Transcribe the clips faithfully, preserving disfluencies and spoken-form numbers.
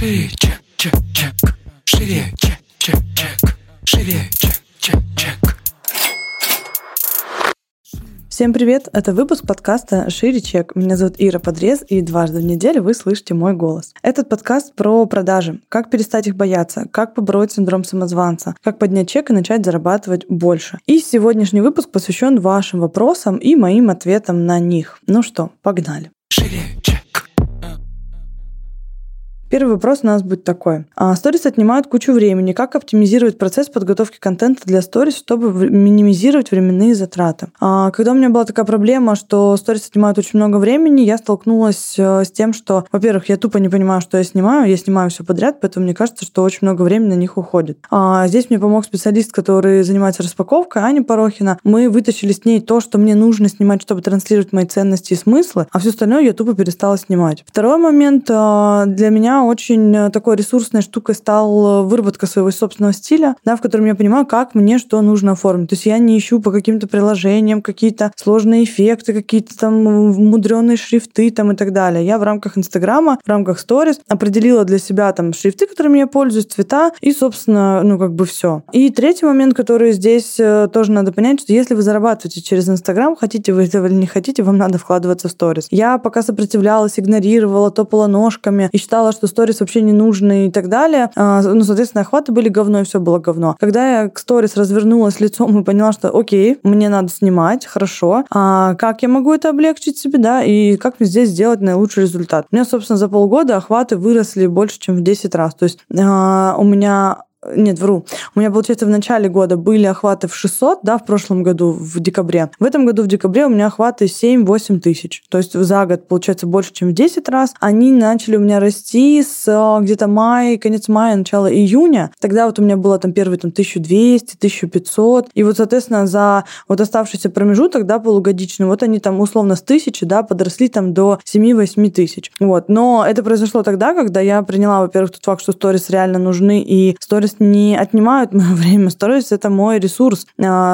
Шире, чек, чек, чек. Шире, чек, чек, чек. Шире, чек, чек, чек. Всем привет! Это выпуск подкаста «Шире чек». Меня зовут Ира Подрез, и дважды в неделю вы слышите мой голос. Этот подкаст про продажи. Как перестать их бояться, как побороть синдром самозванца, как поднять чек и начать зарабатывать больше. И сегодняшний выпуск посвящен вашим вопросам и моим ответам на них. Ну что, погнали! Шире, чек. Первый вопрос у нас будет такой. Сторис отнимают кучу времени. Как оптимизировать процесс подготовки контента для сторис, чтобы минимизировать временные затраты? Когда у меня была такая проблема, что сторис отнимают очень много времени, я столкнулась с тем, что, во-первых, я тупо не понимаю, что я снимаю. Я снимаю все подряд, поэтому мне кажется, что очень много времени на них уходит. Здесь мне помог специалист, который занимается распаковкой, Аня Порохина. Мы вытащили с ней то, что мне нужно снимать, чтобы транслировать мои ценности и смыслы, а все остальное я тупо перестала снимать. Второй момент для меня очень такой ресурсной штукой стал выработка своего собственного стиля, да, в котором я понимаю, как мне что нужно оформить. То есть я не ищу по каким-то приложениям какие-то сложные эффекты, какие-то там мудреные шрифты там и так далее. Я в рамках Инстаграма, в рамках сторис определила для себя там шрифты, которыми я пользуюсь, цвета и, собственно, ну как бы все. И третий момент, который здесь тоже надо понять, что если вы зарабатываете через Инстаграм, хотите вы этого или не хотите, вам надо вкладываться в сторис. Я пока сопротивлялась, игнорировала, топала ножками и считала, что сторис вообще не нужны и так далее. Ну, соответственно, охваты были говно, и все было говно. Когда я к сторис развернулась лицом и поняла, что окей, мне надо снимать, хорошо, а как я могу это облегчить себе, да, и как мне здесь сделать наилучший результат? У меня, собственно, за полгода охваты выросли больше, чем в десять раз. То есть а, у меня... Нет, вру. У меня, получается, в начале года были охваты в шестьсот, да, в прошлом году, в декабре. В этом году, в декабре, у меня охваты семь-восемь тысяч. То есть за год, получается, больше, чем в десять раз. Они начали у меня расти с где-то мая, конец мая, начало июня. Тогда вот у меня было там первые там, тысяча двести, тысяча пятьсот. И вот, соответственно, за вот оставшийся промежуток, да, полугодичный, вот они там условно с тысячи, да, подросли там до семь-восемь тысяч. Вот. Но это произошло тогда, когда я приняла, во-первых, тот факт, что сторис реально нужны, и сторис не отнимают мое время. Сторис — это мой ресурс,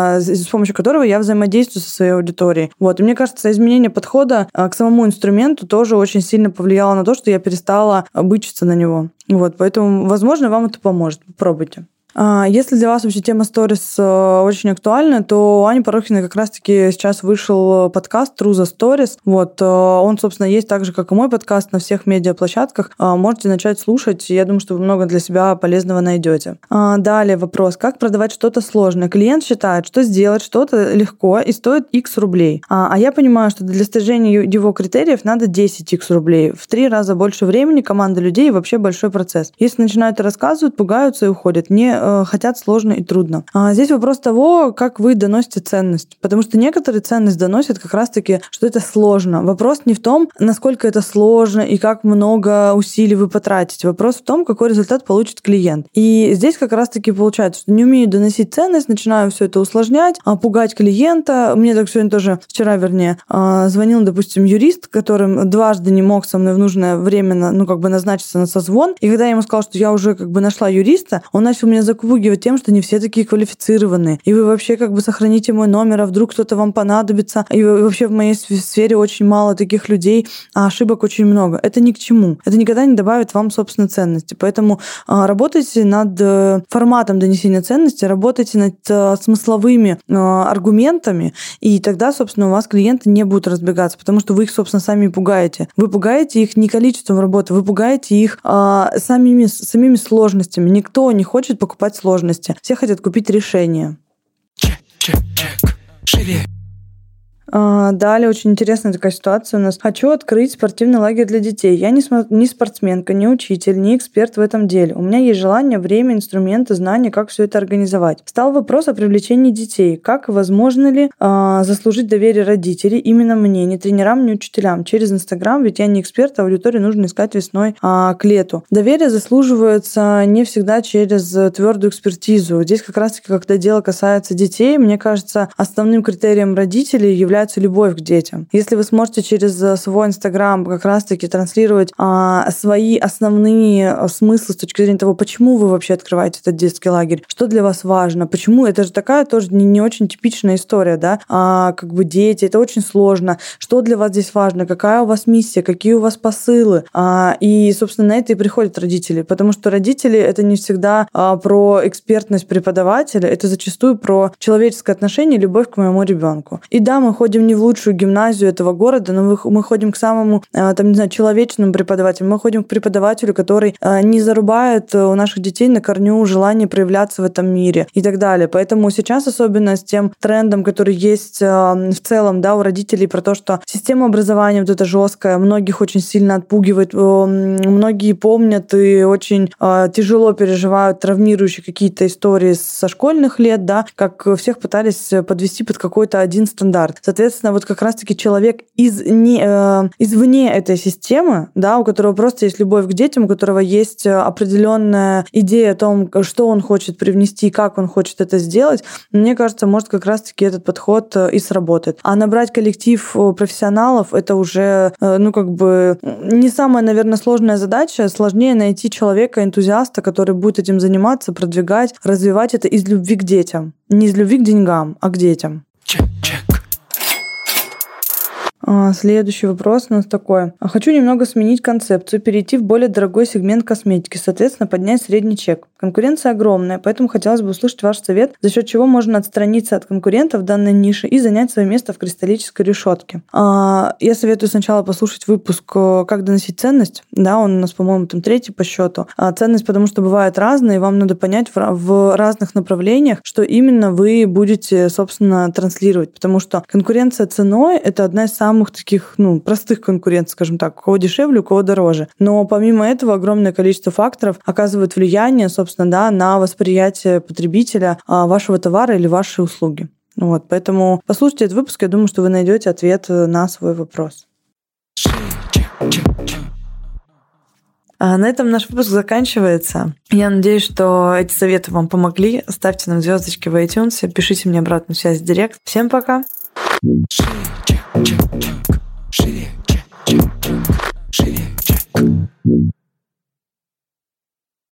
с помощью которого я взаимодействую со своей аудиторией. Вот. И мне кажется, изменение подхода к самому инструменту тоже очень сильно повлияло на то, что я перестала бычиться на него. Вот. Поэтому, возможно, вам это поможет. Попробуйте. Если для вас вообще тема сторис очень актуальна, то у Ани Порохиной как раз-таки сейчас вышел подкаст True the Stories. Вот. Он, собственно, есть так же, как и мой подкаст на всех медиаплощадках. Можете начать слушать. Я думаю, что вы много для себя полезного найдете. Далее вопрос. Как продавать что-то сложное? Клиент считает, что сделать что-то легко и стоит X рублей. А я понимаю, что для достижения его критериев надо десять икс рублей. В три раза больше времени, команда людей и вообще большой процесс. Если начинают рассказывать, пугаются и уходят. Не хотят сложно и трудно. А здесь вопрос того, как вы доносите ценность. Потому что некоторые ценность доносят как раз-таки, что это сложно. Вопрос не в том, насколько это сложно и как много усилий вы потратите. Вопрос в том, какой результат получит клиент. И здесь как раз-таки получается, что не умею доносить ценность, начинаю все это усложнять, пугать клиента. Мне так сегодня тоже, вчера, вернее, звонил, допустим, юрист, которым дважды не мог со мной в нужное время, ну, как бы назначиться на созвон. И когда я ему сказала, что я уже как бы нашла юриста, он начал меня запугивать тем, что не все такие квалифицированные. И вы вообще как бы сохраните мой номер, а вдруг кто-то вам понадобится. И вообще в моей сфере очень мало таких людей, а ошибок очень много. Это ни к чему. Это никогда не добавит вам, собственно, ценности. Поэтому работайте над форматом донесения ценности, работайте над смысловыми аргументами, и тогда, собственно, у вас клиенты не будут разбегаться, потому что вы их, собственно, сами пугаете. Вы пугаете их не количеством работы, вы пугаете их самими, самими сложностями. Никто не хочет покупать сложности. Все хотят купить решение. Чек, чек, чек. Шире. Далее очень интересная такая ситуация у нас. Хочу открыть спортивный лагерь для детей. Я не, см- не спортсменка, не учитель, не эксперт в этом деле. У меня есть желание, время, инструменты, знания, как все это организовать. Стал вопрос о привлечении детей. Как возможно ли э, заслужить доверие родителей именно мне, не тренерам, не учителям, через Инстаграм, ведь я не эксперт, а аудиторию нужно искать весной э, к лету. Доверие заслуживается не всегда через твердую экспертизу. Здесь как раз-таки, когда дело касается детей, мне кажется, основным критерием родителей является проявляется любовь к детям. Если вы сможете через свой Инстаграм как раз-таки транслировать а, свои основные смыслы с точки зрения того, почему вы вообще открываете этот детский лагерь, что для вас важно, почему, это же такая тоже не, не очень типичная история, да, а, как бы дети, это очень сложно, что для вас здесь важно, какая у вас миссия, какие у вас посылы, а, и, собственно, на это и приходят родители, потому что родители — это не всегда а, про экспертность преподавателя, это зачастую про человеческое отношение, любовь к моему ребенку. И да, мы ходим не в лучшую гимназию этого города, но мы, мы ходим к самому, а, там, не знаю, человечному преподавателю, мы ходим к преподавателю, который а, не зарубает у наших детей на корню желание проявляться в этом мире и так далее. Поэтому сейчас, особенно с тем трендом, который есть а, в целом, да, у родителей, про то, что система образования вот эта жесткая, многих очень сильно отпугивает, многие помнят и очень а, тяжело переживают травмирующие какие-то истории со школьных лет, да, как всех пытались подвести под какой-то один стандарт. Соответственно, вот как раз-таки человек из не, э, извне этой системы, да, у которого просто есть любовь к детям, у которого есть определенная идея о том, что он хочет привнести, как он хочет это сделать, мне кажется, может как раз-таки этот подход и сработает. А набрать коллектив профессионалов — это уже, ну, как бы не самая, наверное, сложная задача. Сложнее найти человека-энтузиаста, который будет этим заниматься, продвигать, развивать это из любви к детям. Не из любви к деньгам, а к детям. Чек-чек. Следующий вопрос у нас такой. Хочу немного сменить концепцию, перейти в более дорогой сегмент косметики, соответственно, поднять средний чек. Конкуренция огромная, поэтому хотелось бы услышать ваш совет, за счет чего можно отстраниться от конкурентов в данной нише и занять свое место в кристаллической решетке. Я советую сначала послушать выпуск «Как доносить ценность». Да, он у нас, по-моему, там третий по счету. Ценность, потому что бывает разная, и вам надо понять в разных направлениях, что именно вы будете, собственно, транслировать. Потому что конкуренция ценой — это одна из самых таких, ну, простых конкурентов, скажем так, у кого дешевле, у кого дороже. Но помимо этого огромное количество факторов оказывает влияние, собственно, да, на восприятие потребителя вашего товара или вашей услуги. Вот, поэтому послушайте этот выпуск, я думаю, что вы найдете ответ на свой вопрос. А на этом наш выпуск заканчивается. Я надеюсь, что эти советы вам помогли. Ставьте нам звездочки в iTunes, пишите мне обратную связь в директ. Всем пока! Шире, чек, чек, чек. Шире, чек, чек.